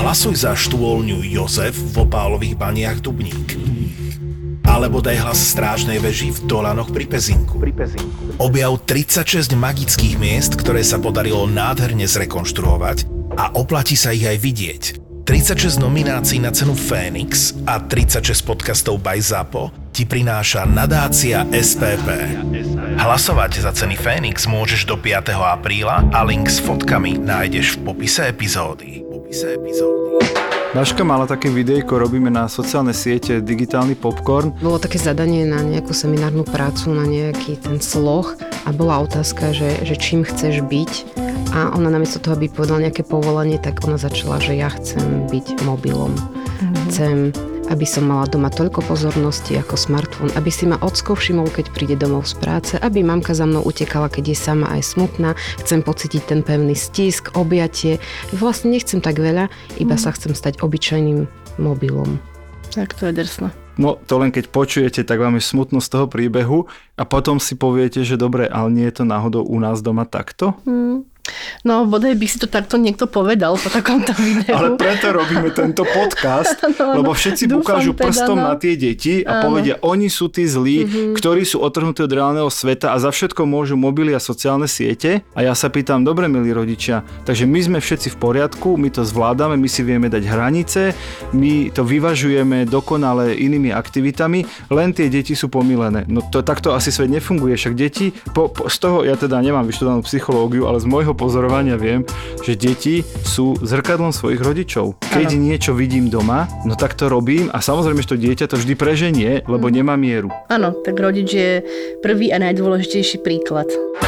Hlasuj za štôlňu Jozef v Opálových Baniach Dubník. Alebo daj hlas strážnej veži v Dolanoch pri Pezinku. Objav 36 magických miest, ktoré sa podarilo nádherne zrekonštruovať a oplatí sa ich aj vidieť. 36 nominácií na cenu Fénix a 36 podcastov by ZAPO ti prináša nadácia SPP. Hlasovať za ceny Fénix môžeš do 5. apríla a link s fotkami nájdeš v popise epizódy. Daška mala také videjko, robíme na sociálne siete digitálny popcorn. Bolo také zadanie na nejakú seminárnu prácu, na nejaký ten sloh a bola otázka, že čím chceš byť. A ona namiesto toho, aby povedala nejaké povolanie, tak ona začala, že ja chcem byť mobilom. Chcem, aby som mala doma toľko pozornosti ako smartfón, aby si ma ocko všimol, keď príde domov z práce, aby mamka za mnou utekala, keď je sama aj smutná. Chcem pocítiť ten pevný stisk, objatie. Vlastne nechcem tak veľa, iba sa chcem stať obyčajným mobilom. Tak to je drsné. No to len keď počujete, tak vám je smutno z toho príbehu a potom si poviete, že dobre, ale nie je to náhodou u nás doma takto? No, bodaj by si to takto niekto povedal po takomto videu. Ale preto robíme tento podcast, lebo všetci ukážu prstom na tie deti a povedia, oni sú tí zlí, ktorí sú otrhnutí od reálneho sveta a za všetko môžu mobily a sociálne siete. A ja sa pýtam, dobre, milí rodičia, takže my sme všetci v poriadku, my to zvládame, my si vieme dať hranice, my to vyvažujeme dokonale inými aktivitami, len tie deti sú pomilené. No to takto asi svet nefunguje, však deti, z toho ja teda nemám vyštudovanú psychológiu, ale z môjho pozorovania viem, že deti sú zrkadlom svojich rodičov. Keď niečo vidím doma, no tak to robím a samozrejme, že to dieťa to vždy preženie, lebo nemá mieru. Áno, tak rodič je prvý a najdôležitejší príklad.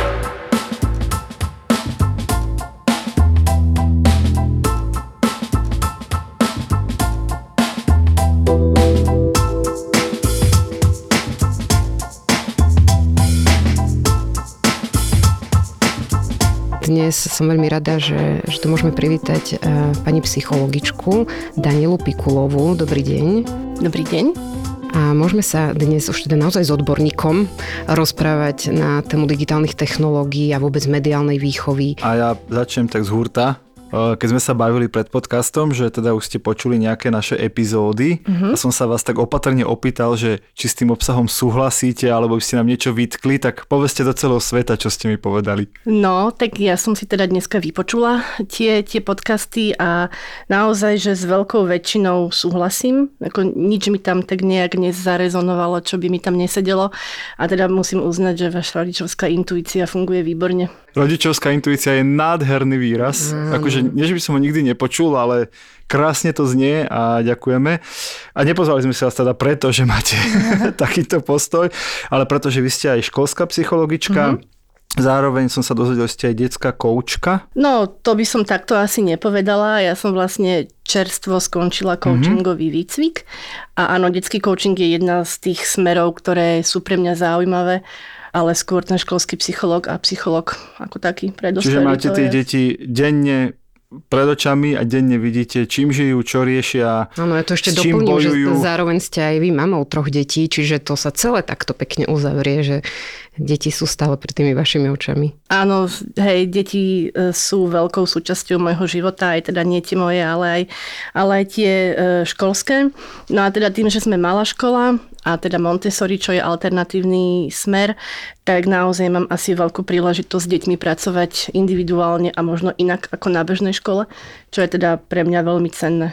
Dnes som veľmi rada, že tu môžeme privítať pani psychologičku Danielu Pikulovú. Dobrý deň. Dobrý deň. A môžeme sa dnes už teda naozaj s odborníkom rozprávať na tému digitálnych technológií a vôbec mediálnej výchovy. A ja začnem tak z hurta. Keď sme sa bavili pred podcastom, že teda už ste počuli nejaké naše epizódy a som sa vás tak opatrne opýtal, že či s tým obsahom súhlasíte alebo by ste nám niečo vytkli, tak povedzte do celého sveta, čo ste mi povedali. No, tak ja som si teda dneska vypočula tie podcasty a naozaj, že s veľkou väčšinou súhlasím. Ako nič mi tam tak nejak nezarezonovalo, čo by mi tam nesedelo. A teda musím uznať, že vaša rodičovská intuícia funguje výborne. Rodičovská intuícia je nádherný výraz. Akože, nie že by som ho nikdy nepočul, ale krásne to znie a ďakujeme. A nepozvali sme sa vás teda preto, že máte takýto postoj, ale preto, že vy ste aj školská psychologička. Zároveň som sa dozvedel, že ste aj detská koučka. No, to by som takto asi nepovedala. Ja som vlastne čerstvo skončila coachingový výcvik. A áno, detský coaching je jedna z tých smerov, ktoré sú pre mňa zaujímavé. Ale skôr ten školský psychológ a psychológ ako taký predospelý. Čiže máte tie deti denne pred očami a denne vidíte, čím žijú, čo riešia, áno, ja to ešte s čím doplním, bojujú. Že zároveň ste aj vy mamou 3 detí, čiže to sa celé takto pekne uzavrie, že deti sú stále pred tými vašimi očami. Áno, hej, deti sú veľkou súčasťou môjho života, aj teda nie tie moje, ale aj tie školské. No a teda tým, že sme malá škola a teda Montessori, čo je alternatívny smer, tak naozaj mám asi veľkú príležitosť s deťmi pracovať individuálne a možno inak ako na bežnej škole, čo je teda pre mňa veľmi cenné.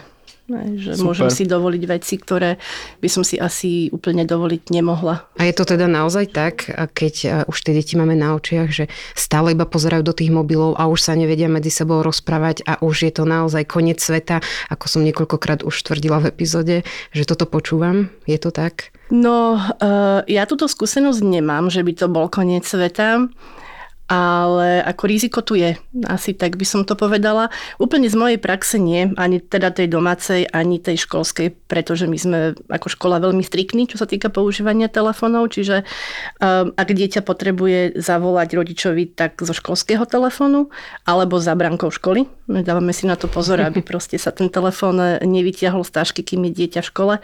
Že môžem si dovoliť veci, ktoré by som si asi úplne dovoliť nemohla. A je to teda naozaj tak, keď už tie deti máme na očiach, že stále iba pozerajú do tých mobilov a už sa nevedia medzi sebou rozprávať a už je to naozaj koniec sveta, ako som niekoľkokrát už tvrdila v epizóde, že toto počúvam. Je to tak? No, ja túto skúsenosť nemám, že by to bol koniec sveta. Ale ako riziko tu je, asi tak by som to povedala. Úplne z mojej praxe nie, ani teda tej domácej, ani tej školskej, pretože my sme ako škola veľmi striktní, čo sa týka používania telefónov, čiže ak dieťa potrebuje zavolať rodičovi, tak zo školského telefónu, alebo za bránkou školy. Dávame si na to pozor, aby proste sa ten telefón nevytiahol z tašky, kým je dieťa v škole.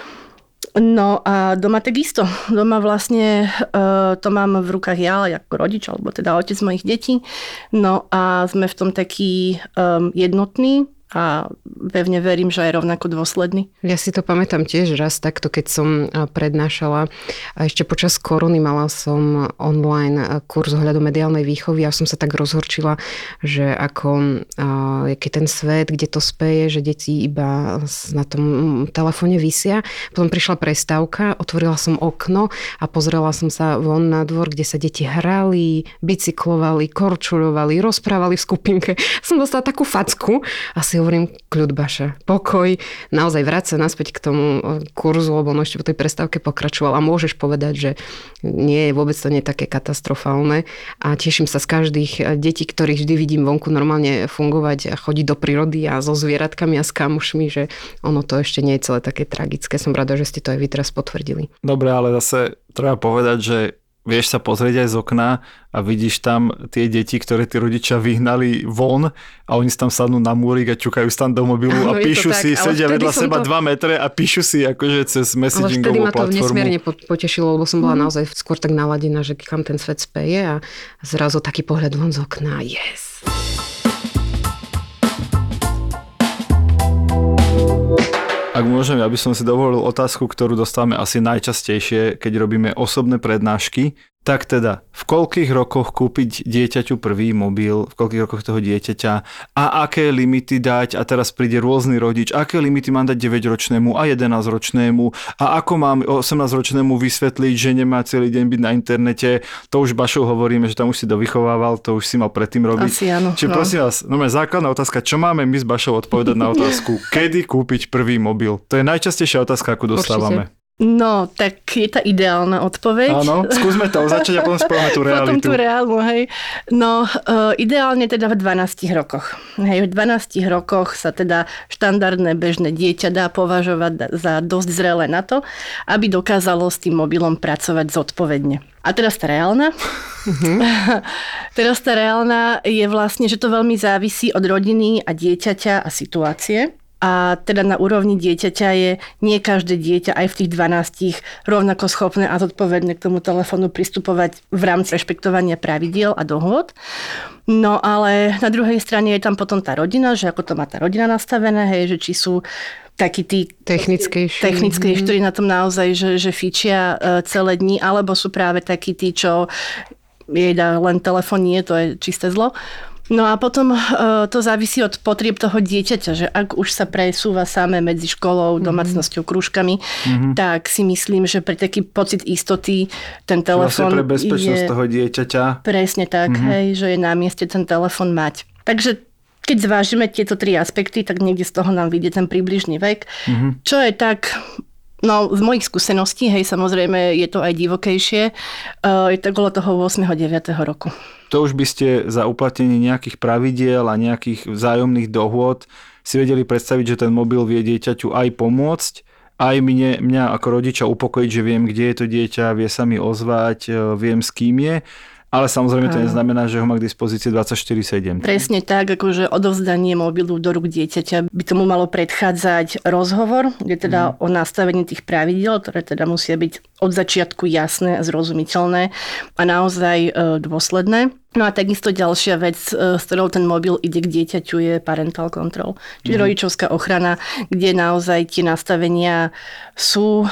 No a doma takisto. Doma vlastne to mám v rukách ja ako rodič, alebo teda otec mojich detí. No a sme v tom takí jednotní a pevne verím, že aj rovnako dôsledný. Ja si to pamätám tiež raz takto, keď som prednášala. A ešte počas korony mala som online kurz ohľadom mediálnej výchovy a som sa tak rozhorčila, že ako je ten svet, kde to speje, že deti iba na tom telefóne visia. Potom prišla prestávka, otvorila som okno a pozrela som sa von na dvor, kde sa deti hrali, bicyklovali, korčulovali, rozprávali v skupinke. Som dostala takú facku a si hovorím, kľud Baša, pokoj, naozaj vráť sa naspäť k tomu kurzu, lebo on ešte po tej prestávke pokračoval a môžeš povedať, že nie je vôbec to nie také katastrofálne a teším sa z každých detí, ktorých vždy vidím vonku normálne fungovať a chodiť do prírody a so zvieratkami a s kamušmi, že ono to ešte nie je celé také tragické. Som rada, že ste to aj vy teraz potvrdili. Dobre, ale zase treba povedať, že vieš sa pozrieť aj z okna a vidíš tam tie deti, ktoré tí rodičia vyhnali von a oni si tam sadnú na múrik a ťukajú si tam do mobilu a píšu si, sedia vedľa seba 2 metre a píšu si akože cez messagingovú platformu. Ale vtedy ma to nesmierne potešilo, lebo som bola naozaj skôr tak naladená, že kam ten svet speje a zrazu taký pohľad von z okna. Yes! Ak môžem, ja by som si dovolil otázku, ktorú dostávame asi najčastejšie, keď robíme osobné prednášky. Tak teda, v koľkých rokoch kúpiť dieťaťu prvý mobil, v koľkých rokoch toho dieťaťa a aké limity dať, a teraz príde rôzny rodič, aké limity mám dať 9-ročnému a 11-ročnému a ako mám 18-ročnému vysvetliť, že nemá celý deň byť na internete. To už Bašou hovoríme, že tam už si dovychovával, to už si mal predtým robiť. Asi áno. Čiže prosím vás, základná otázka, čo máme my s Bašou odpovedať na otázku, kedy kúpiť prvý mobil? To je najčastejšia otázka, akú dostávame. Určite. No, tak je tá ideálna odpoveď. Áno, skúsme to začať a potom spojíme tú realitu. Potom tú reálnu, hej. No, ideálne teda v 12 rokoch. Hej, v 12 rokoch sa teda štandardné bežné dieťa dá považovať za dosť zrelé na to, aby dokázalo s tým mobilom pracovať zodpovedne. A teraz tá reálna. Teraz tá reálna je vlastne, že to veľmi závisí od rodiny a dieťaťa a situácie. A teda na úrovni dieťaťa je nie každé dieťa aj v tých 12 rovnako schopné a zodpovedné k tomu telefónu pristupovať v rámci rešpektovania pravidiel a dohôd. No ale na druhej strane je tam potom tá rodina, že ako to má tá rodina nastavené, hej, že či sú takí tí technickejší, ktorí na tom naozaj, že fičia celé dni, alebo sú práve takí tí, čo jeda len telefón, nie, to je čisté zlo. No a potom to závisí od potrieb toho dieťaťa, že ak už sa presúva samé medzi školou, domácnosťou, krúžkami, tak si myslím, že pre taký pocit istoty ten telefón pre bezpečnosť toho dieťaťa. Presne tak, hej, že je na mieste ten telefón mať. Takže keď zvážime tieto 3 aspekty, tak niekde z toho nám vyjde ten približný vek. Čo je tak... No, z mojich skúseností, hej, samozrejme, je to aj divokejšie, je to okolo toho 8. 9. roku. To už by ste za uplatnenie nejakých pravidiel a nejakých vzájomných dohôd si vedeli predstaviť, že ten mobil vie dieťaťu aj pomôcť, aj mňa ako rodiča upokojiť, že viem, kde je to dieťa, vie sa mi ozvať, viem, s kým je. Ale samozrejme to neznamená, že ho má k dispozícii 24/7. Presne tak, akože odovzdanie mobilu do rúk dieťaťa by tomu malo predchádzať rozhovor, kde teda o nastavení tých pravidiel, ktoré teda musia byť od začiatku jasné a zrozumiteľné a naozaj dôsledné. No a takisto ďalšia vec, s ktorou ten mobil ide k dieťaťu, je parental control, čiže rodičovská ochrana, kde naozaj tie nastavenia sú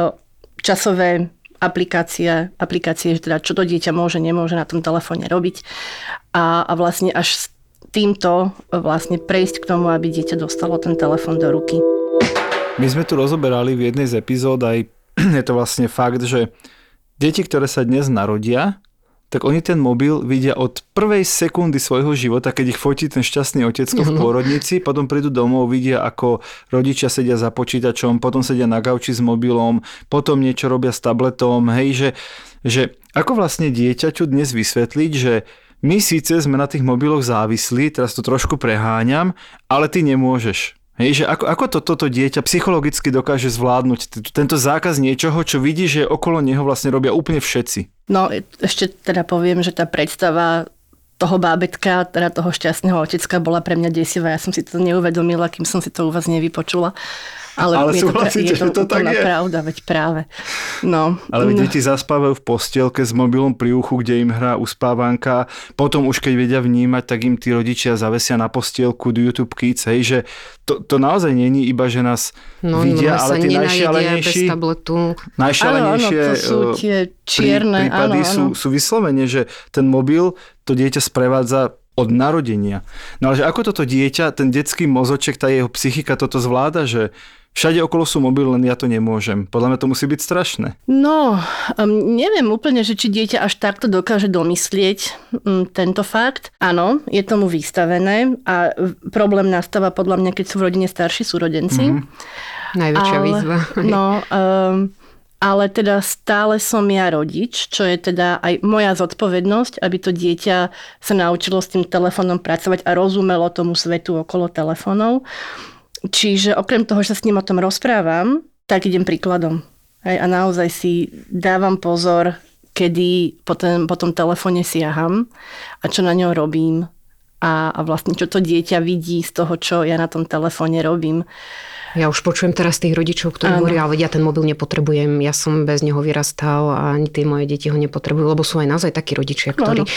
časové aplikácie, že teda čo to dieťa môže, nemôže na tom telefóne robiť a vlastne až s týmto vlastne prejsť k tomu, aby dieťa dostalo ten telefón do ruky. My sme tu rozoberali v jednej z epizód aj je to vlastne fakt, že deti, ktoré sa dnes narodia, tak oni ten mobil vidia od prvej sekundy svojho života, keď ich fotí ten šťastný otecko v pôrodnici, potom prídu domov, vidia, ako rodičia sedia za počítačom, potom sedia na gauči s mobilom, potom niečo robia s tabletom, hej, že ako vlastne dieťaťu dnes vysvetliť, že my síce sme na tých mobiloch závislí, teraz to trošku preháňam, ale ty nemôžeš. Hej, že ako toto dieťa psychologicky dokáže zvládnuť tento zákaz niečoho, čo vidí, že okolo neho vlastne robia úplne všetci? No ešte teda poviem, že tá predstava toho bábetka, teda toho šťastného otecka bola pre mňa desivá. Ja som si to neuvedomila, kým som si to u vás nevypočula. Ale súhlasíte, že to tak je. Pravda, veď práve. No. Ale deti zaspávajú v postielke s mobilom pri uchu, kde im hrá uspávanka. Potom už keď vedia vnímať, tak im tí rodičia zavesia na postielku do YouTube Kids, hej, že to naozaj není iba, že nás vidia, ale tie najšialenejšie to sú tie čierne prípady sú vyslovene, že ten mobil to dieťa sprevádza od narodenia. No ale že ako toto dieťa, ten detský mozoček, tá jeho psychika toto zvláda, že všade okolo sú mobily, len ja to nemôžem. Podľa mňa to musí byť strašné. No, neviem úplne, že či dieťa až takto dokáže domyslieť tento fakt. Áno, je tomu vystavené a problém nastáva podľa mňa, keď sú v rodine starší súrodenci. Najväčšia výzva. No, ale teda stále som ja rodič, čo je teda aj moja zodpovednosť, aby to dieťa sa naučilo s tým telefónom pracovať a rozumelo tomu svetu okolo telefónov. Čiže okrem toho, že sa s ním o tom rozprávam, tak idem príkladom. Hej, a naozaj si dávam pozor, kedy po tom telefóne siaham a čo na ňom robím a vlastne čo to dieťa vidí z toho, čo ja na tom telefóne robím. Ja už počujem teraz tých rodičov, ktorí hovoria, ale ja ten mobil nepotrebujem, ja som bez neho vyrastal a ani tie moje deti ho nepotrebujú, lebo sú aj naozaj takí rodičia, ktorí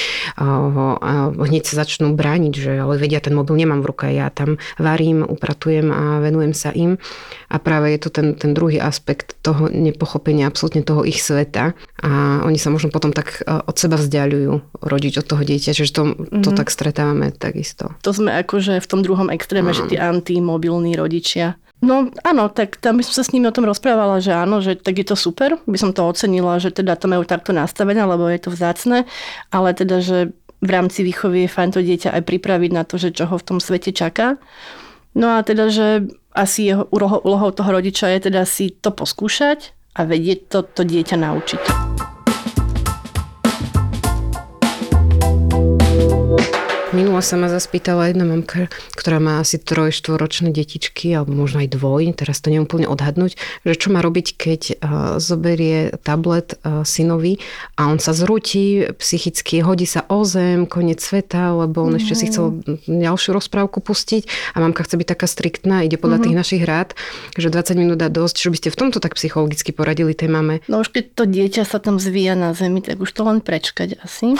hneď sa začnú brániť, že ale vedia, ten mobil nemám v ruke, ja tam varím, upratujem a venujem sa im. A práve je to ten druhý aspekt toho nepochopenia absolútne toho ich sveta a oni sa možno potom tak od seba vzdiaľujú rodič od toho dieťa, že to tak stretávame takisto. To sme akože v tom druhom extréme, že tí antimobilní rodičia. No áno, tak tam by som sa s nimi o tom rozprávala, že áno, že tak je to super, by som to ocenila, že teda to majú takto nastavené, lebo je to vzácne, ale teda, že v rámci výchovy je fajn to dieťa aj pripraviť na to, že čo ho v tom svete čaká. No a teda, že asi jeho úlohou toho rodiča je teda si to poskúšať a vedieť to dieťa naučiť. Minula sa ma zaspýtala jedna mamka, ktorá má asi 3-4-ročné detičky, alebo možno aj 2, teraz to neviem úplne odhadnúť, že čo má robiť, keď zoberie tablet synovi a on sa zrúti psychicky, hodí sa o zem, koniec sveta, lebo on ešte si chcel ďalšiu rozprávku pustiť a mamka chce byť taká striktná, ide podľa tých našich rád, že 20 minút dá dosť. Čo by ste v tomto tak psychologicky poradili tej mame? No už keď to dieťa sa tam zvíja na zemi, tak už to len prečkať asi.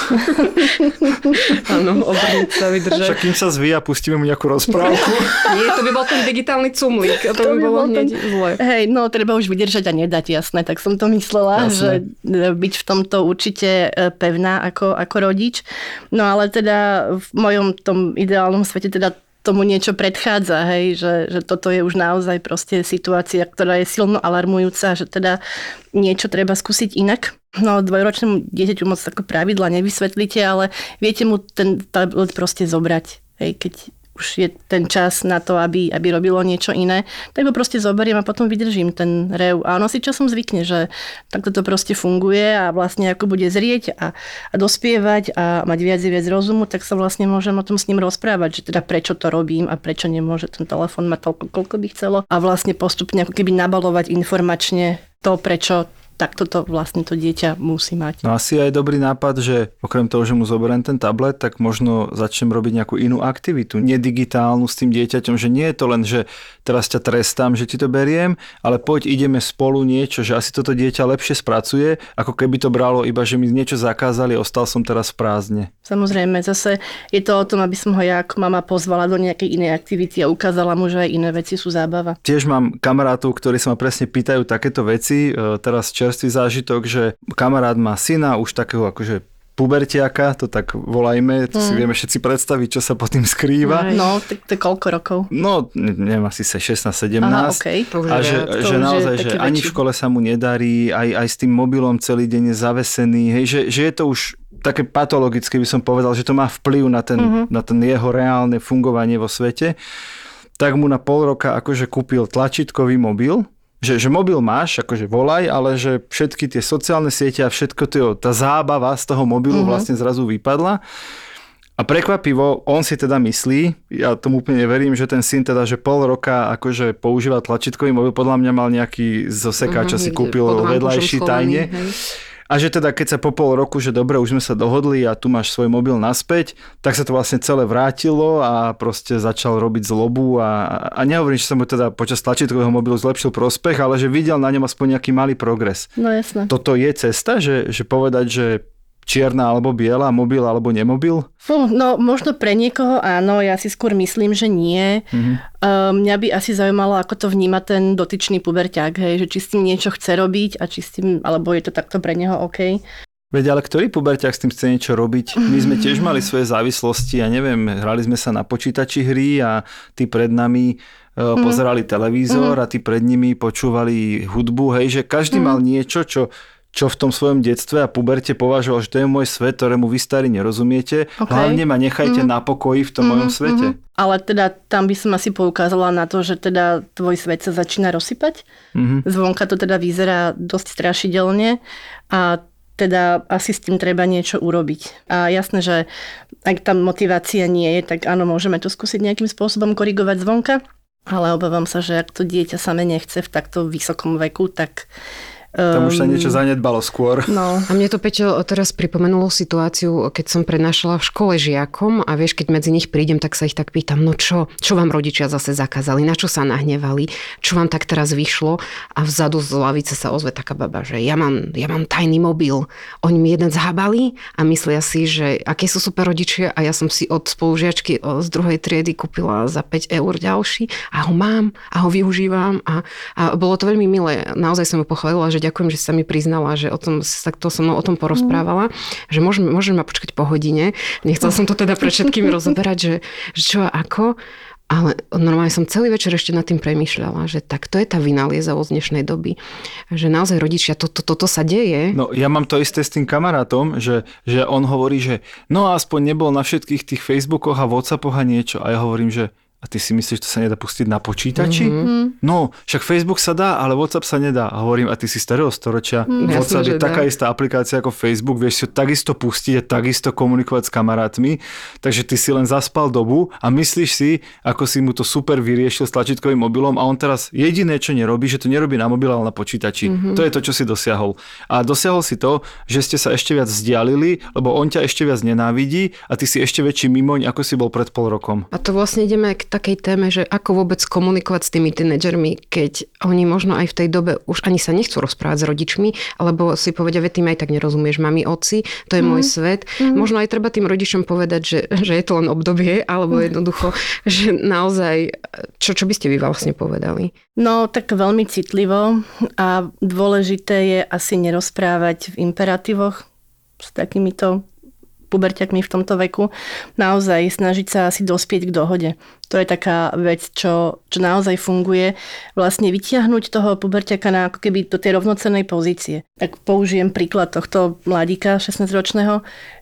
Áno, sa vydržať. Však kým sa zvíja, pustíme mu nejakú rozprávku. Nie, to by bol ten digitálny cumlík. To by bolo hneď zle. Hej, no treba už vydržať a nedať, jasné. Tak som to myslela, že byť v tomto určite pevná ako rodič. No ale teda v mojom tom ideálnom svete teda tomu niečo predchádza, hej, že toto je už naozaj proste situácia, ktorá je silno alarmujúca, že teda niečo treba skúsiť inak. No 2-ročnému dieťaťu moc také pravidla nevysvetlíte, ale viete mu ten tablet proste zobrať, hej, keď už je ten čas na to, aby robilo niečo iné, tak ho proste zoberiem a potom vydržím ten rev. A ono si časom zvykne, že takto to proste funguje a vlastne ako bude zrieť a dospievať a mať viac rozumu, tak sa vlastne môžem o tom s ním rozprávať, že teda prečo to robím a prečo nemôže ten telefón mať toľko, koľko by chcelo. A vlastne postupne ako keby nabalovať informačne to, prečo takto to vlastne to dieťa musí mať. No asi aj dobrý nápad, že okrem toho, že mu zoberiem ten tablet, tak možno začnem robiť nejakú inú aktivitu, nedigitálnu s tým dieťaťom, že nie je to len, že teraz ťa trestám, že ti to beriem, ale poď ideme spolu niečo, že asi toto dieťa lepšie spracuje, ako keby to bralo iba, že mi niečo zakázali, ostal som teraz v prázdne. Samozrejme, zase je to o tom, aby som ho ja ako mama pozvala do nejakej inej aktivity a ukázala mu, že aj iné veci sú zábava. Tiež mám kamarátov, ktorí sa ma presne pýtajú takéto veci, teraz čerstvý zážitok, že kamarát má syna, už takého akože pubertiaka, to tak volajme, to si vieme všetci predstaviť, čo sa pod tým skrýva. No, to je koľko rokov? No, neviem, asi 16-17. Aha, okay. A že naozaj, že ani v škole sa mu nedarí, aj s tým mobilom celý deň je zavesený, hej, že je to už také patologické, by som povedal, že to má vplyv na ten jeho reálne fungovanie vo svete. Tak mu na pol roka akože kúpil tlačítkový mobil, že mobil máš, akože volaj, ale že všetky tie sociálne siete a všetko tá zábava z toho mobilu vlastne zrazu vypadla. A prekvapivo, on si teda myslí, ja tomu úplne verím, že ten syn teda, že pol roka akože používa tlačítkový mobil, podľa mňa mal nejaký zo sekáča si kúpil vedľajší tajne. A že teda keď sa po pol roku, že dobre, už sme sa dohodli a tu máš svoj mobil naspäť, tak sa to vlastne celé vrátilo a proste začal robiť zlobu a nehovorím, že sa mu teda počas tlačítkového mobilu zlepšil prospech, ale že videl na ňom aspoň nejaký malý progres. No jasné. Toto je cesta, že povedať, že čierna alebo biela, mobil alebo nemobil? No možno pre niekoho áno, ja si skôr myslím, že nie. Mňa by asi zaujímalo, ako to vníma ten dotyčný puberťák, hej, že či s tým niečo chce robiť a či s tým, alebo je to takto pre neho OK. Veď ale ktorý puberťák s tým chce niečo robiť? My sme tiež mali svoje závislosti, ja neviem, hrali sme sa na počítači hry a tí pred nami pozerali televízor a tí pred nimi počúvali hudbu, hej, že každý mal niečo, čo v tom svojom detstve a puberte považoval, že to je môj svet, ktorému vy starí nerozumiete. Okay. Hlavne ma nechajte na pokoji v tom mojom svete. Ale teda tam by som asi poukázala na to, že teda tvoj svet sa začína rozsypať. Zvonka to teda vyzerá dosť strašidelne a teda asi s tým treba niečo urobiť. A jasné, že ak tam motivácia nie je, tak áno, môžeme to skúsiť nejakým spôsobom korigovať zvonka, ale obávam sa, že ak to dieťa same nechce v takto vysokom veku, tak tam už sa niečo zanedbalo skôr. No. A mne to, Peťo, teraz pripomenulo situáciu, keď som prednášala v škole žiakom a vieš, keď medzi nich prídem, tak sa ich tak pýtam, no čo vám rodičia zase zakázali, na čo sa nahnevali, čo vám tak teraz vyšlo a vzadu z lavice sa ozve taká baba, že ja mám tajný mobil. Oni mi jeden zhabali a myslia si, že aké sú super rodičia a ja som si od spolužiačky z druhej triedy kúpila za 5 eur ďalší a ho mám a ho využívam a bolo to veľmi milé. Naozaj som ju pochválila, že ďakujem, že sa mi priznala, že takto so mnou o tom porozprávala, že môžeme ma počkať po hodine. Nechcela som to teda pre všetkými rozoberať, že čo a ako, ale normálne som celý večer ešte nad tým premýšľala, že tak to je tá vynaliezavosť dnešnej doby. Že naozaj rodičia, toto sa deje. No ja mám to isté s tým kamarátom, že on hovorí, že no aspoň nebol na všetkých tých Facebookoch a Whatsappoch a niečo. A ja hovorím, že a ty si myslíš, že to sa nedá pustiť na počítači? No, však Facebook sa dá, ale WhatsApp sa nedá. A hovorím, a ty si starého storočia. WhatsApp je taká istá aplikácia ako Facebook, vieš si ho takisto pustiť a takisto komunikovať s kamarátmi. Takže ty si len zaspal dobu a myslíš si, ako si mu to super vyriešil s tlačítkovým mobilom a on teraz jediné, čo nerobí, že to nerobí na mobil, ale na počítači. To je to, čo si dosiahol. A dosiahol si to, že ste sa ešte viac vzdialili, lebo on ťa ešte viac nenávidí a ty si ešte väčší mimoň, ako si bol pred pol rokom. A to vlastne ideme k takej téme, že ako vôbec komunikovať s tými tínedžermi, keď oni možno aj v tej dobe už ani sa nechcú rozprávať s rodičmi, alebo si povedia, veď ty ma aj tak nerozumieš, mami, oci, to je môj svet. Možno aj treba tým rodičom povedať, že je to len obdobie, alebo jednoducho, že naozaj, čo by ste vy vlastne povedali? No, tak veľmi citlivo a dôležité je asi nerozprávať v imperatívoch s takýmito puberťakmi v tomto veku, naozaj snažiť sa asi dospieť k dohode. To je taká vec, čo naozaj funguje. Vlastne vytiahnuť toho puberťaka na ako keby do tej rovnocennej pozície. Ak použijem príklad tohto mladíka 16-ročného,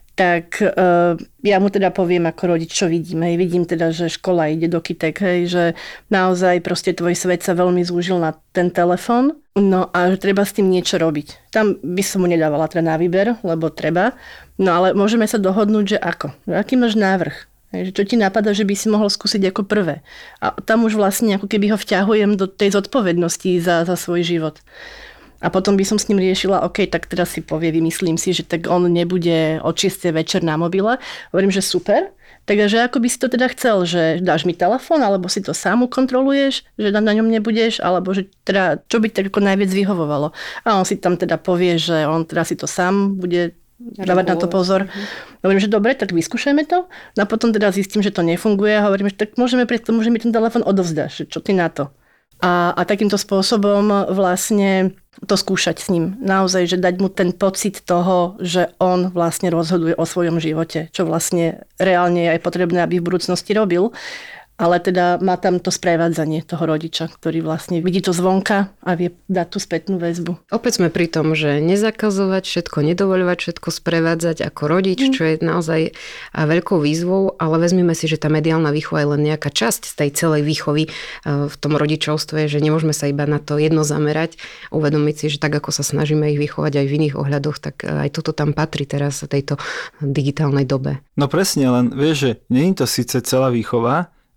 tak ja mu teda poviem ako rodič, čo vidím. Hej. Vidím teda, že škola ide do kytek, hej, že naozaj proste tvoj svet sa veľmi zúžil na ten telefón, no a že treba s tým niečo robiť. Tam by som mu nedávala teda na výber, lebo treba, no ale môžeme sa dohodnúť, že ako. Aký máš návrh? Hej, čo ti napadá, že by si mohol skúsiť ako prvé. A tam už vlastne ako keby ho vťahujem do tej zodpovednosti za svoj život. A potom by som s ním riešila, OK, tak teraz si povie, vymyslím si, že tak on nebude od 6. večer na mobile. Hovorím, že super. Takže ako by si to teda chcel, že dáš mi telefón, alebo si to sám ukontroluješ, že na ňom nebudeš, alebo že teda, čo by tak ako najviac vyhovovalo. A on si tam teda povie, že on teda si to sám bude dávať na to pozor. Hovorím, že dobre, tak vyskúšajme to. No a potom teda zistím, že to nefunguje a hovorím, že tak môžeme mi ten telefón odovzdať, čo ty na to. A takýmto spôsobom vlastne to skúšať s ním. Naozaj, že dať mu ten pocit toho, že on vlastne rozhoduje o svojom živote, čo vlastne reálne je aj potrebné, aby v budúcnosti robil. Ale teda má tam to sprevádzanie toho rodiča, ktorý vlastne vidí to zvonka a vie dať tú spätnú väzbu. Opäť sme pri tom, že nezakazovať všetko, nedovoľovať všetko, sprevádzať ako rodič, čo je naozaj veľkou výzvou, ale vezmime si, že tá mediálna výchova je len nejaká časť z tej celej výchovy v tom rodičovstve, že nemôžeme sa iba na to jedno zamerať, uvedomiť si, že tak ako sa snažíme ich vychovať aj v iných ohľadoch, tak aj toto tam patrí teraz v tejto digitálnej dobe. No presne, len vieš, že nie je to síce celá výchova,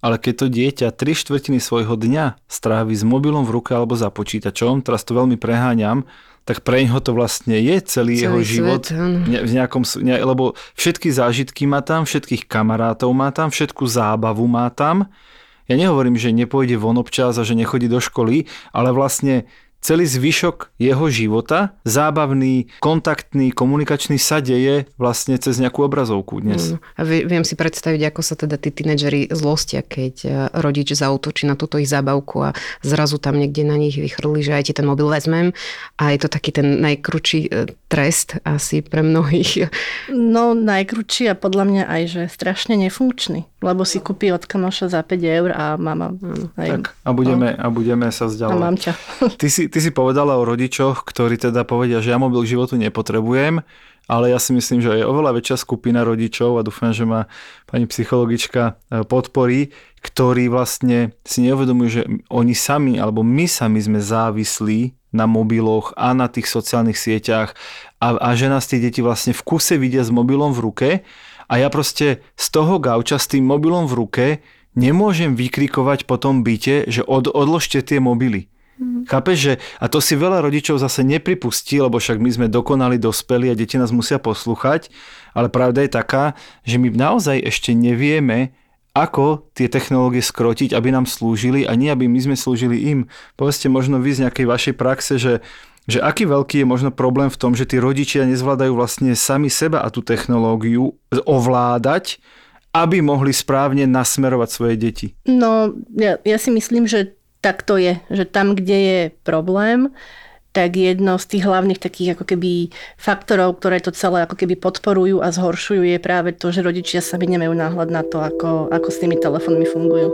ale keď to dieťa 3/4 svojho dňa strávi s mobilom v ruke alebo za počítačom, teraz to veľmi preháňam, tak pre ňoho to vlastne je celý jeho život. V nejakom, lebo všetky zážitky má tam, všetkých kamarátov má tam, všetku zábavu má tam. Ja nehovorím, že nepôjde von občas a že nechodí do školy, ale vlastne celý zvyšok jeho života, zábavný, kontaktný, komunikačný sa deje vlastne cez nejakú obrazovku dnes. A viem si predstaviť, ako sa teda tí tínedžeri zlostia, keď rodič zaútočí na túto ich zábavku a zrazu tam niekde na nich vychrli, že aj ti ten mobil vezmem a je to taký ten najkrutší trest asi pre mnohých. No najkrutší a podľa mňa aj, že strašne nefunkčný, lebo si kúpi od kamoša za 5 eur a mama... Tak, a budeme sa vzdialovať. A mám ťa. Ty si povedala o rodičoch, ktorí teda povedia, že ja mobil k životu nepotrebujem, ale ja si myslím, že je oveľa väčšia skupina rodičov a dúfam, že ma pani psychologička podporí, ktorí vlastne si neuvedomujú, že oni sami alebo my sami sme závislí na mobiloch a na tých sociálnych sieťach a že nás tie deti vlastne v kuse vidia s mobilom v ruke a ja proste z toho gauča s tým mobilom v ruke nemôžem vykrikovať po tom byte, že odložte tie mobily. Chápeš, že a to si veľa rodičov zase nepripustí, lebo však my sme dokonali dospelí a deti nás musia poslúchať, ale pravda je taká, že my naozaj ešte nevieme, ako tie technológie skrotiť, aby nám slúžili a nie aby my sme slúžili im. Povedzte možno vy z nejakej vašej praxe, že aký veľký je možno problém v tom, že tí rodičia nezvládajú vlastne sami seba a tú technológiu ovládať, aby mohli správne nasmerovať svoje deti. No, ja si myslím, že tak to je, že tam, kde je problém, tak jedno z tých hlavných takých ako keby faktorov, ktoré to celé ako keby podporujú a zhoršujú, je práve to, že rodičia sami nemajú náhľad na to, ako s tými telefónmi fungujú.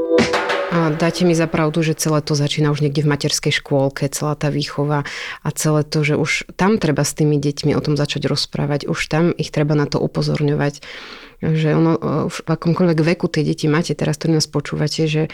A dáte mi za pravdu, že celé to začína už niekde v materskej škôlke, celá tá výchova a celé to, že už tam treba s tými deťmi o tom začať rozprávať, už tam ich treba na to upozorňovať. Že ono, v akomkoľvek veku tie deti máte, teraz to nás počúvate, že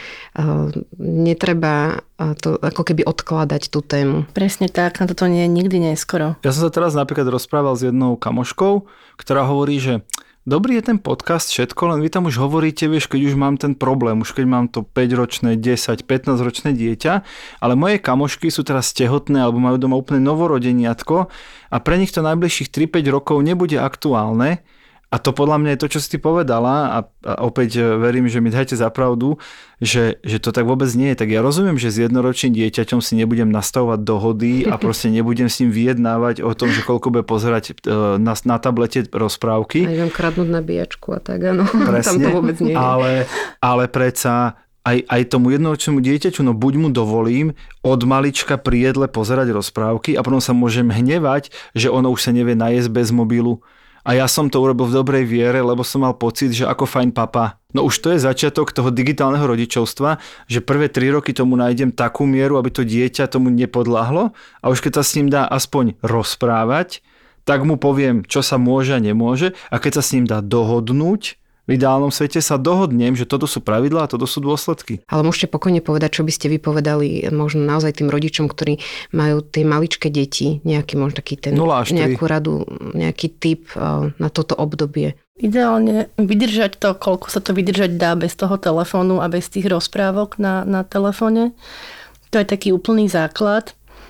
netreba to ako keby odkladať tú tému. Presne tak, na toto nie je nikdy neskoro. Ja som sa teraz napríklad rozprával s jednou kamoškou, ktorá hovorí, že dobrý je ten podcast, všetko, len vy tam už hovoríte, vieš, keď už mám ten problém, už keď mám to 5-ročné, 10, 15-ročné dieťa, ale moje kamošky sú teraz tehotné alebo majú doma úplne novorodeniatko a pre nich to najbližších 3-5 rokov nebude aktuálne. A to podľa mňa je to, čo si ty povedala a opäť verím, že mi dajte za pravdu, že to tak vôbec nie je. Tak ja rozumiem, že s jednoročným dieťaťom si nebudem nastavovať dohody a proste nebudem s ním vyjednávať o tom, že koľko bude pozerať na tablete rozprávky. A idem kradnúť nabíjačku a tak, áno. Presne, tam to vôbec nie je. Ale predsa aj tomu jednoročnému dieťaťu, no buď mu dovolím od malička pri jedle pozerať rozprávky a potom sa môžem hnevať, že ono už sa nevie najesť bez mobilu. A ja som to urobil v dobrej viere, lebo som mal pocit, že ako fajn papa. No už to je začiatok toho digitálneho rodičovstva, že prvé 3 roky tomu nájdem takú mieru, aby to dieťa tomu nepodľahlo a už keď sa s ním dá aspoň rozprávať, tak mu poviem, čo sa môže a nemôže a keď sa s ním dá dohodnúť, v ideálnom svete sa dohodnem, že toto sú pravidlá a toto sú dôsledky. Ale môžete pokojne povedať, čo by ste vypovedali možno naozaj tým rodičom, ktorí majú tie maličké deti, nejaký možno taký ten, nejakú radu, nejaký tip na toto obdobie. Ideálne vydržať to, koľko sa to vydržať dá bez toho telefónu a bez tých rozprávok na telefóne. To je taký úplný základ.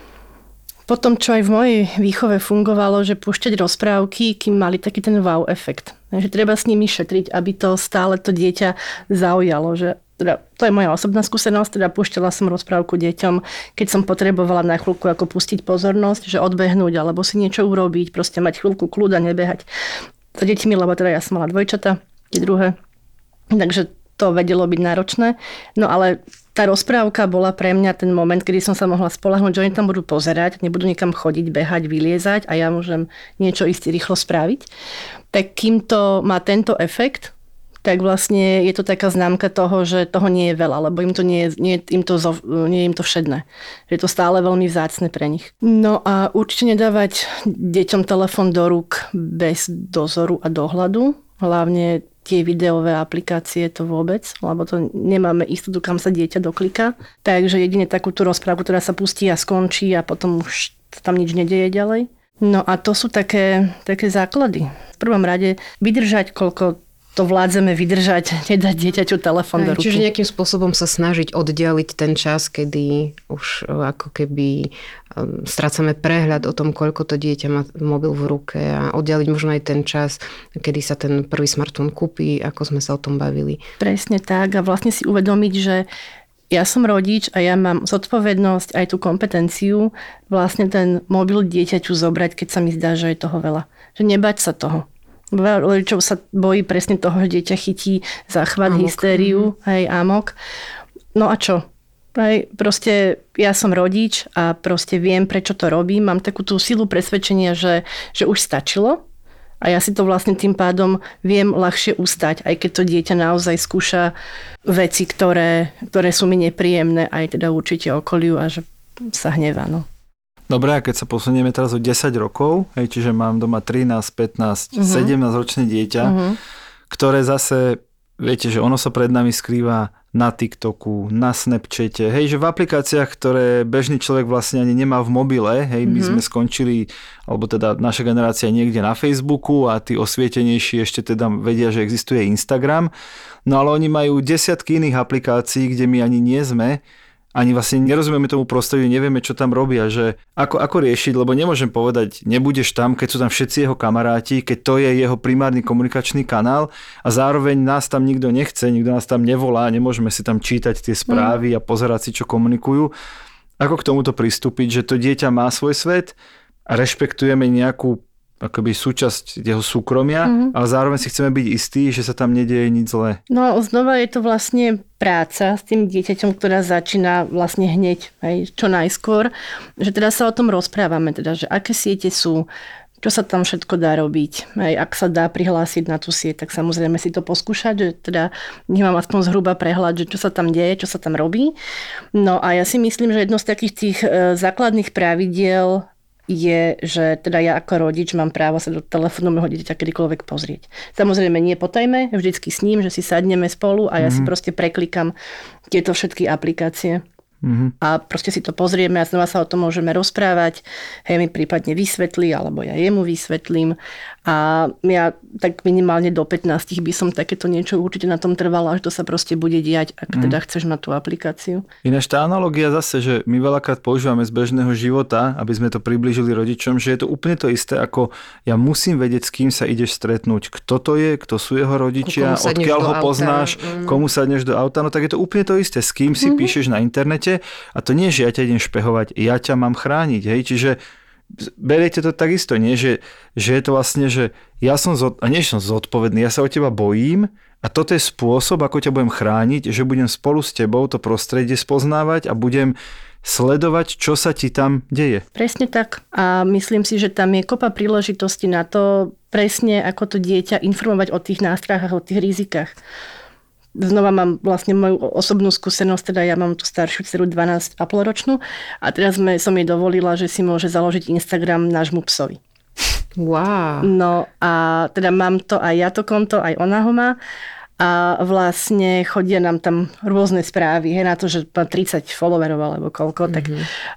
Potom, čo aj v mojej výchove fungovalo, že púšťať rozprávky, kým mali taký ten wow efekt. Že treba s nimi šetriť, aby to stále to dieťa zaujalo. Že, teda, to je moja osobná skúsenosť, teda púšťala som rozprávku deťom, keď som potrebovala na chvíľku ako pustiť pozornosť, že odbehnúť alebo si niečo urobiť, proste mať chvíľku kľud a nebehať za deťmi, lebo teda ja som mala dvojčata, tie druhé. Takže to vedelo byť náročné. No ale tá rozprávka bola pre mňa ten moment, kedy som sa mohla spoľahnúť, že oni tam budú pozerať, nebudú nikam chodiť, behať, vyliezať a ja môžem niečo istý rýchlo spraviť. Tak kým to má tento efekt, tak vlastne je to taká známka toho, že toho nie je veľa, lebo im to nie je im to všedné. Že je to stále veľmi vzácne pre nich. No a určite nedávať deťom telefón do rúk bez dozoru a dohľadu, hlavne tie videové aplikácie to vôbec, lebo to nemáme istotu, kam sa dieťa dokliká. Takže jedine takúto rozprávku, ktorá sa pustí a skončí a potom už tam nič nedeje ďalej. No a to sú také základy. V prvom rade vydržať, koľko to vládzeme vydržať, nedať dieťaťu telefón do ruky. Čiže nejakým spôsobom sa snažiť oddialiť ten čas, kedy už ako keby strácame prehľad o tom, koľko to dieťa má mobil v ruke a oddialiť možno aj ten čas, kedy sa ten prvý smartfón kúpi, ako sme sa o tom bavili. Presne tak a vlastne si uvedomiť, že ja som rodič a ja mám zodpovednosť aj tú kompetenciu vlastne ten mobil dieťaťu zobrať, keď sa mi zdá, že je toho veľa. Že nebať sa toho. Veľa rodičov sa bojí presne toho, že dieťa chytí záchvat, hystériu, hej, amok. No a čo? Hej, proste ja som rodič a proste viem, prečo to robím. Mám takú tú silu presvedčenia, že už stačilo. A ja si to vlastne tým pádom viem ľahšie ustať, aj keď to dieťa naozaj skúša veci, ktoré sú mi nepríjemné, aj teda určite okoliu a že sa hnevá. No. Dobre, a keď sa posunieme teraz o 10 rokov, čiže mám doma 13, 15, 17 ročné dieťa, ktoré zase, viete, že ono sa pred nami skrýva na TikToku, na Snapchate, že v aplikáciách, ktoré bežný človek vlastne ani nemá v mobile, my sme skončili, alebo teda naša generácia niekde na Facebooku a tí osvietenejší ešte teda vedia, že existuje Instagram, no ale oni majú desiatky iných aplikácií, kde my ani nie sme, ani vlastne nerozumieme tomu prostrediu, nevieme, čo tam robia, že ako riešiť, lebo nemôžem povedať, nebudeš tam, keď sú tam všetci jeho kamaráti, keď to je jeho primárny komunikačný kanál a zároveň nás tam nikto nechce, nikto nás tam nevolá, nemôžeme si tam čítať tie správy a pozerať si, čo komunikujú. Ako k tomuto pristúpiť, že to dieťa má svoj svet a rešpektujeme nejakú akoby súčasť jeho súkromia, ale zároveň si chceme byť istí, že sa tam nedieje nič zlé. No znova je to vlastne práca s tým dieťaťom, ktorá začína vlastne hneď, čo najskôr, že teda sa o tom rozprávame, teda, že aké siete sú, čo sa tam všetko dá robiť. Ak sa dá prihlásiť na tú sieť, tak samozrejme si to poskúšať, že teda nemám aspoň zhruba prehľad, že čo sa tam deje, čo sa tam robí. No a ja si myslím, že jedno z takých tých základných pravidiel je, že teda ja ako rodič mám právo sa do telefónu môjho dieťaťa kedykoľvek pozrieť. Samozrejme nie po tajme, vždycky s ním, že si sadneme spolu a ja si proste preklikám tieto všetky aplikácie. A proste si to pozrieme a znova sa o tom môžeme rozprávať. Mi prípadne vysvetlí, alebo ja jemu vysvetlím. A ja tak minimálne do 15 by som takéto niečo určite na tom trvala, až to sa proste bude diať, ak teda chceš mať tú aplikáciu. Ináč tá analogia zase, že my veľakrát používame z bežného života, aby sme to priblížili rodičom, že je to úplne to isté, ako ja musím vedieť, s kým sa ideš stretnúť, kto to je, kto sú jeho rodičia, odkiaľ ho poznáš, komu sadneš do auta, no tak je to úplne to isté, s kým si píšeš na internete. A to nie, že ja ťa idem špehovať, ja ťa mám chrániť, čiže beriete to takisto, nie? Že je to vlastne, že ja som zodpovedný, ja sa o teba bojím a toto je spôsob, ako ťa budem chrániť, že budem spolu s tebou to prostredie spoznávať a budem sledovať, čo sa ti tam deje. Presne tak. A myslím si, že tam je kopa príležitosti na to presne, ako to dieťa informovať o tých nástrahách, o tých rizikách. Znova mám vlastne moju osobnú skúsenosť, teda ja mám tú staršiu dceru 12,5 ročnú a teraz som jej dovolila, že si môže založiť Instagram nášmu psovi. Wow. No a teda mám to aj ja to konto, aj ona ho má a vlastne chodia nám tam rôzne správy, na to, že má 30 followerov alebo koľko, tak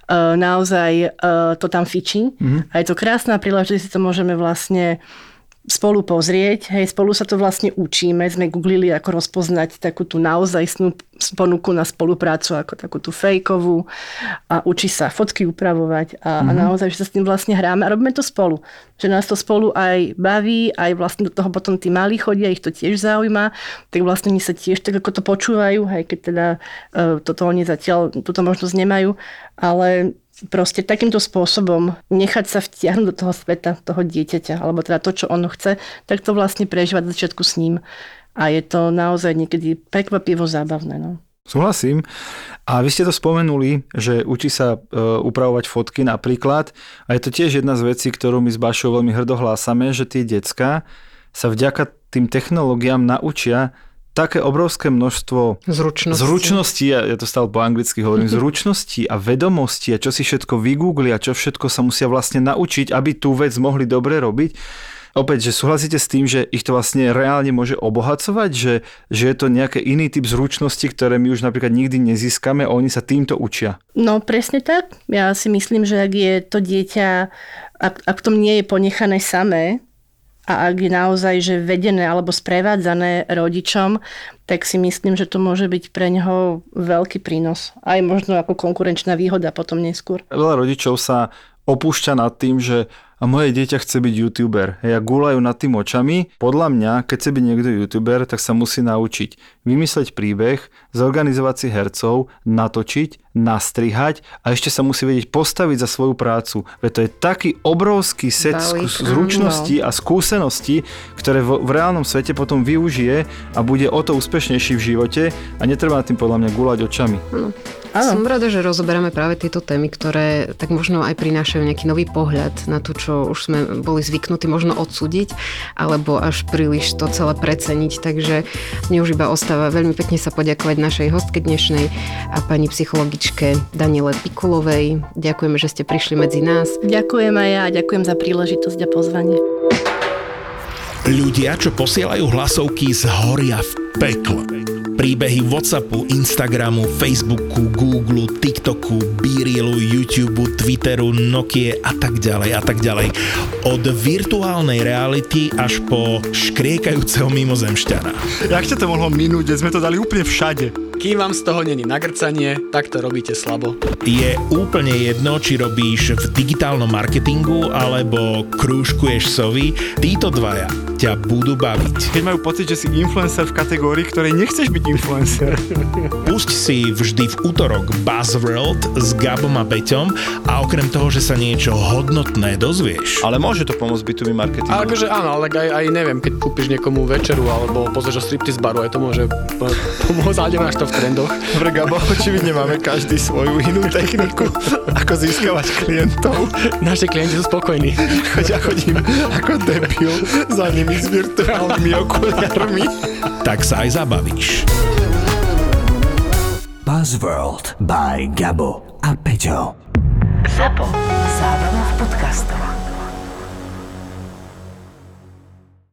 naozaj to tam fičí a je to krásna príležitosť, že si to môžeme vlastne spolu pozrieť. Spolu sa to vlastne učíme. Sme googlili, ako rozpoznať takú tú naozajstnú ponuku na spoluprácu, ako takú tú fejkovú. A učí sa fotky upravovať. A naozaj, že sa s tým vlastne hráme. A robíme to spolu. Že nás to spolu aj baví, aj vlastne do toho potom tí malí chodia, ich to tiež zaujíma. Tak vlastne oni sa tiež tak ako to počúvajú, keď teda toto oni zatiaľ túto možnosť nemajú. Ale proste takýmto spôsobom nechať sa vtiahnuť do toho sveta, toho dieťaťa, alebo teda to, čo ono chce, tak to vlastne prežívať z začiatku s ním. A je to naozaj niekedy prekvapivo zábavné. No. Súhlasím. A vy ste to spomenuli, že učí sa upravovať fotky napríklad. A je to tiež jedna z vecí, ktorú my s Bašou veľmi hrdo hlásame, že tie decká sa vďaka tým technológiám naučia také obrovské množstvo zručností, ja to stále po anglicky hovorím, zručností a vedomostí a čo si všetko vygooglia, čo všetko sa musia vlastne naučiť, aby tú vec mohli dobre robiť. Opäť, že súhlasíte s tým, že ich to vlastne reálne môže obohacovať, že je to nejaký iný typ zručnosti, ktoré my už napríklad nikdy nezískame a oni sa týmto učia. No presne tak. Ja si myslím, že ak je to dieťa, ak tom nie je ponechané samé, a ak je naozaj že vedené alebo sprevádzané rodičom, tak si myslím, že to môže byť pre neho veľký prínos. Aj možno ako konkurenčná výhoda potom neskôr. Veľa rodičov sa opúšťa nad tým, že a moje dieťa chce byť youtuber. A gúľajú nad tým očami. Podľa mňa, keď chce byť niekto youtuber, tak sa musí naučiť vymysleť príbeh, zorganizovať si hercov, natočiť, nastrihať a ešte sa musí vedieť postaviť za svoju prácu. Veď to je taký obrovský set zručností a skúseností, ktoré v reálnom svete potom využije a bude o to úspešnejší v živote a netreba nad tým podľa mňa gúľať očami. Som rada, že rozoberáme práve tieto témy, ktoré tak možno aj prinášajú nejaký nový pohľad na to, čo už sme boli zvyknutí možno odsúdiť, alebo až príliš to celé preceniť. Takže mne už iba ostáva veľmi pekne sa poďakovať našej hostke dnešnej a pani psychologičke Daniele Pikulovej. Ďakujeme, že ste prišli medzi nás. Ďakujem aj ja a ďakujem za príležitosť a pozvanie. Ľudia, čo posielajú hlasovky, zhoria v pekle. Príbehy WhatsAppu, Instagramu, Facebooku, Google, TikToku, BeRealu, YouTubeu, Twitteru, Nokie a tak ďalej a tak ďalej. Od virtuálnej reality až po škriekajúceho mimozemšťana. Jak ťa to mohlo minúť, sme to dali úplne všade. Kým vám z toho není nagrcanie, tak to robíte slabo. Je úplne jedno, či robíš v digitálnom marketingu alebo krúžkuješ sovy, títo dvaja ťa budú baviť. Keď majú pocit, že si influencer v kategórii, ktorej nechceš byť influencer. Pusť si vždy v útorok Buzzworld s Gabom a Beťom a okrem toho, že sa niečo hodnotné dozvieš. Ale môže to pomôcť B2B marketingu. Ale akože áno, ale aj neviem, keď kúpiš niekomu večeru alebo pozrieš o striptease baru, aj to môže pomôcť, ale nemáš to v trendoch. Dobre, Gabo, očividne máme každý svoju inú techniku, ako získavať klientov. Naši klienti sú spokojní. Ja chodím ako debil za nimi s virtuálnymi okuliarmi. Tak sa aj zabavíš. Buzzworld by Gabo a Peťo. Zábava v podcastovách.